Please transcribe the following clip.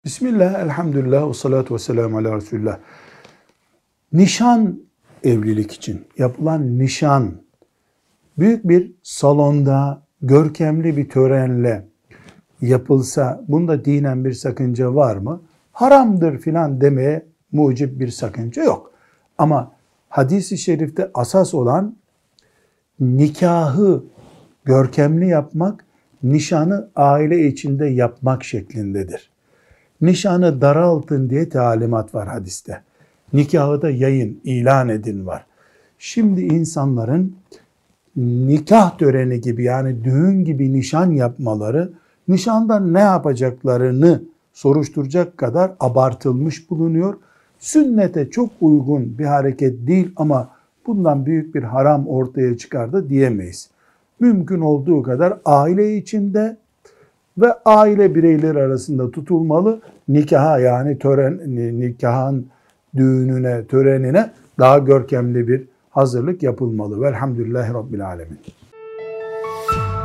Bismillah, elhamdülillah, ve salatu ve selamu ala Resulullah. Nişan, evlilik için yapılan nişan, büyük bir salonda, görkemli bir törenle yapılsa, bunda dinen bir sakınca var mı? Haramdır filan demeye mucib bir sakınca yok. Ama hadis-i şerifte asas olan nikahı görkemli yapmak, nişanı aile içinde yapmak şeklindedir. Nişanı daraltın diye talimat var hadiste. Nikahı da yayın, ilan edin var. Şimdi insanların nikah töreni gibi, yani düğün gibi nişan yapmaları, nişanda ne yapacaklarını soruşturacak kadar abartılmış bulunuyor. Sünnete çok uygun bir hareket değil ama bundan büyük bir haram ortaya çıkar da diyemeyiz. Mümkün olduğu kadar aile içinde ve aile bireyleri arasında tutulmalı. Nikaha, yani nikahın düğününe, törenine daha görkemli bir hazırlık yapılmalı. Velhamdülillahi Rabbil Alemin.